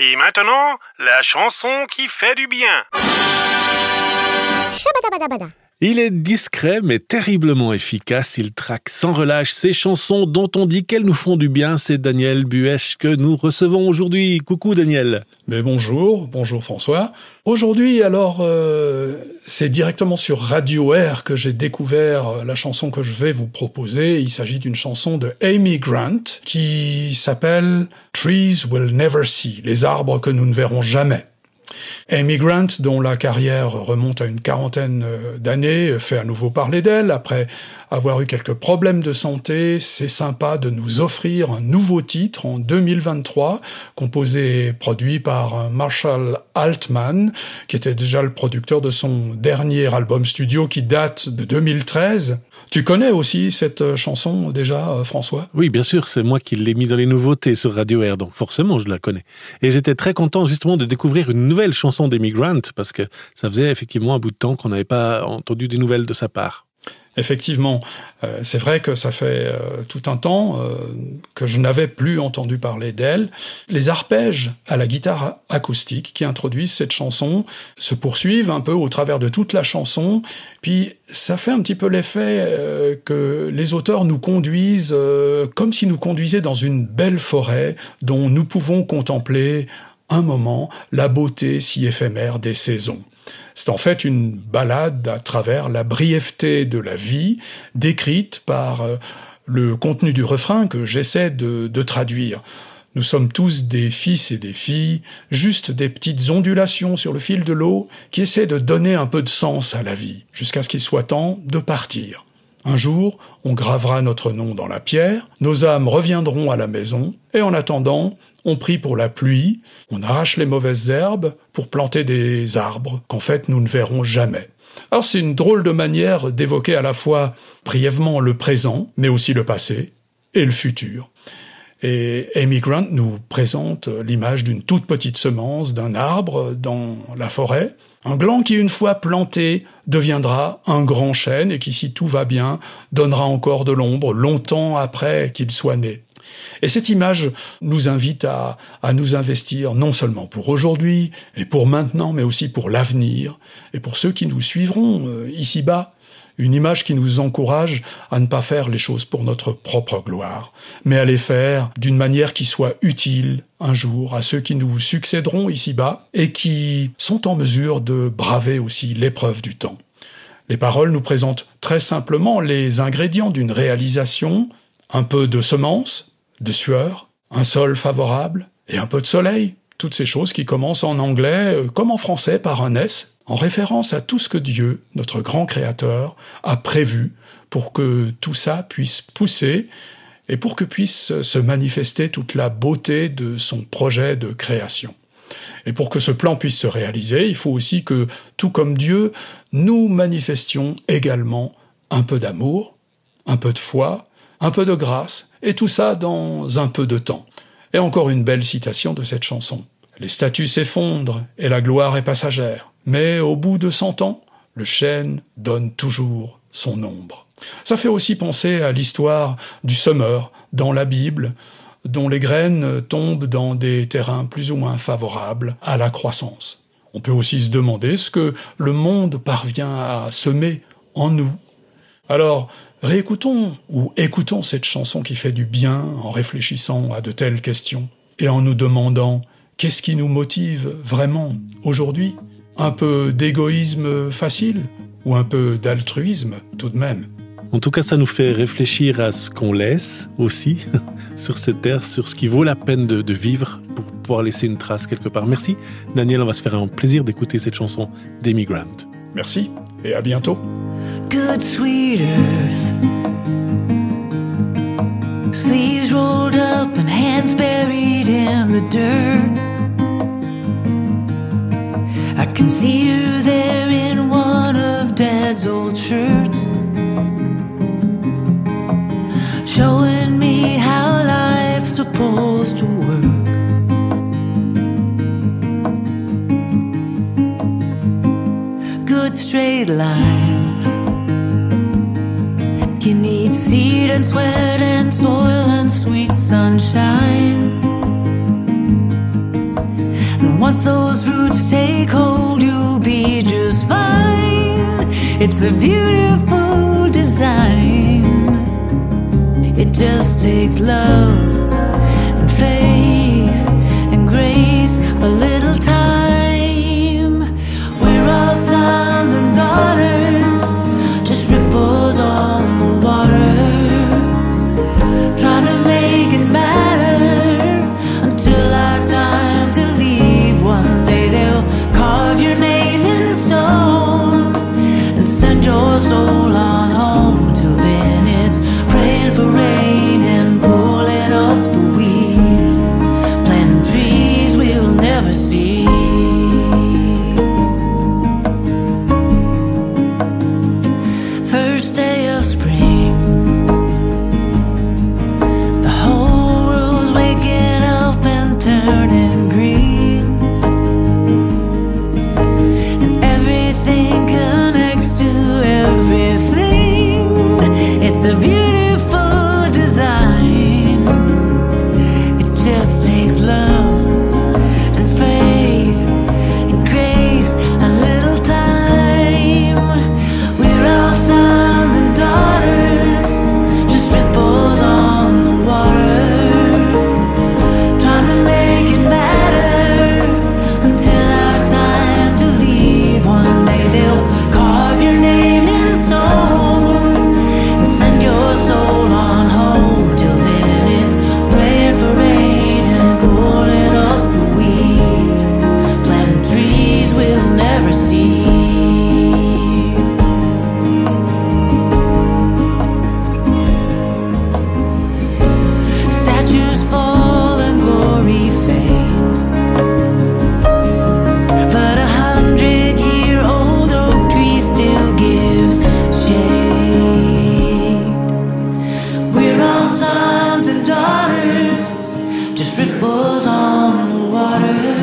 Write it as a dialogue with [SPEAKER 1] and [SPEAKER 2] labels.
[SPEAKER 1] Et maintenant, la chanson qui fait du bien.
[SPEAKER 2] Shabadabadabada.
[SPEAKER 3] Il est discret mais terriblement efficace. Il traque sans relâche ces chansons dont on dit qu'elles nous font du bien. C'est Daniel Buesch que nous recevons aujourd'hui. Coucou Daniel.
[SPEAKER 4] Mais bonjour François. Aujourd'hui alors, c'est directement sur Radio Air que j'ai découvert la chanson que je vais vous proposer. Il s'agit d'une chanson de Amy Grant qui s'appelle « Trees We'll Never See », les arbres que nous ne verrons jamais. Amy Grant, dont la carrière remonte à une quarantaine d'années, fait à nouveau parler d'elle. Après avoir eu quelques problèmes de santé, c'est sympa de nous offrir un nouveau titre en 2023, composé et produit par Marshall Altman, qui était déjà le producteur de son dernier album studio qui date de 2013. Tu connais aussi cette chanson déjà, François ?
[SPEAKER 3] Oui, bien sûr, c'est moi qui l'ai mis dans les nouveautés sur Radio Air, donc forcément je la connais. Et j'étais très content justement de découvrir une nouvelle chanson d'Amy Grant, parce que ça faisait effectivement un bout de temps qu'on n'avait pas entendu des nouvelles de sa part.
[SPEAKER 4] Effectivement, c'est vrai que ça fait tout un temps que je n'avais plus entendu parler d'elle. Les arpèges à la guitare acoustique qui introduisent cette chanson se poursuivent un peu au travers de toute la chanson, puis ça fait un petit peu l'effet que les auteurs nous conduisent comme s'ils nous conduisaient dans une belle forêt dont nous pouvons contempler un moment la beauté si éphémère des saisons. C'est en fait une balade à travers la brièveté de la vie, décrite par le contenu du refrain que j'essaie de traduire. Nous sommes tous des fils et des filles, juste des petites ondulations sur le fil de l'eau qui essaient de donner un peu de sens à la vie, jusqu'à ce qu'il soit temps de partir. Un jour, on gravera notre nom dans la pierre, nos âmes reviendront à la maison, et en attendant, on prie pour la pluie, on arrache les mauvaises herbes pour planter des arbres qu'en fait nous ne verrons jamais. Alors c'est une drôle de manière d'évoquer à la fois brièvement le présent, mais aussi le passé et le futur. Et Amy Grant nous présente l'image d'une toute petite semence, d'un arbre dans la forêt, un gland qui, une fois planté, deviendra un grand chêne et qui, si tout va bien, donnera encore de l'ombre longtemps après qu'il soit né. Et cette image nous invite à nous investir non seulement pour aujourd'hui et pour maintenant, mais aussi pour l'avenir et pour ceux qui nous suivront ici-bas. Une image qui nous encourage à ne pas faire les choses pour notre propre gloire, mais à les faire d'une manière qui soit utile un jour à ceux qui nous succéderont ici-bas et qui sont en mesure de braver aussi l'épreuve du temps. Les paroles nous présentent très simplement les ingrédients d'une réalisation, un peu de semences, de sueur, un sol favorable et un peu de soleil. Toutes ces choses qui commencent en anglais comme en français par un S, en référence à tout ce que Dieu, notre grand créateur, a prévu pour que tout ça puisse pousser et pour que puisse se manifester toute la beauté de son projet de création. Et pour que ce plan puisse se réaliser, il faut aussi que, tout comme Dieu, nous manifestions également un peu d'amour, un peu de foi, un peu de grâce, et tout ça dans un peu de temps. Et encore une belle citation de cette chanson. Les statues s'effondrent et la gloire est passagère. Mais au bout de 100 ans, le chêne donne toujours son ombre. Ça fait aussi penser à l'histoire du semeur dans la Bible, dont les graines tombent dans des terrains plus ou moins favorables à la croissance. On peut aussi se demander ce que le monde parvient à semer en nous. Alors, réécoutons ou écoutons cette chanson qui fait du bien en réfléchissant à de telles questions et en nous demandant qu'est-ce qui nous motive vraiment aujourd'hui ? Un peu d'égoïsme facile ou un peu d'altruisme tout de même.
[SPEAKER 3] En tout cas, ça nous fait réfléchir à ce qu'on laisse aussi sur cette terre, sur ce qui vaut la peine de vivre pour pouvoir laisser une trace quelque part. Merci Daniel, on va se faire un plaisir d'écouter cette chanson d'Amy Grant.
[SPEAKER 4] Merci et à bientôt.
[SPEAKER 5] Good sweet earth, sleeves rolled up and hands buried in the dirt. I can see you there in one of Dad's old shirts, showing me how life's supposed to work. Good straight lines. You need seed and sweat and soil and sweet sunshine. Once those roots take hold, you'll be just fine. It's a beautiful design. It just takes love and faith and grace, a little time. We're all sons and daughters, just ripples on the water, trying to make it matter until our time to leave. One day they'll carve your name in stone and send your soul on home. Till then it's praying for rain and pulling up the weeds, planting trees we'll never see. First day of spring, the whole world's waking up and turning green, and everything connects to everything. It's a beautiful design. It just takes love and faith and grace, a little time. We're all sons and daughters, just ripples on the water, trying to make it matter until our time to leave. One day they'll carve your name in stone and send your soul on home. Till then it's praying for rain and pulling up the weeds, planting trees we'll never see. Statues fall and glory fades, but 100-year-old oak tree still gives shade. We're all sons and daughters, just ripples on the water,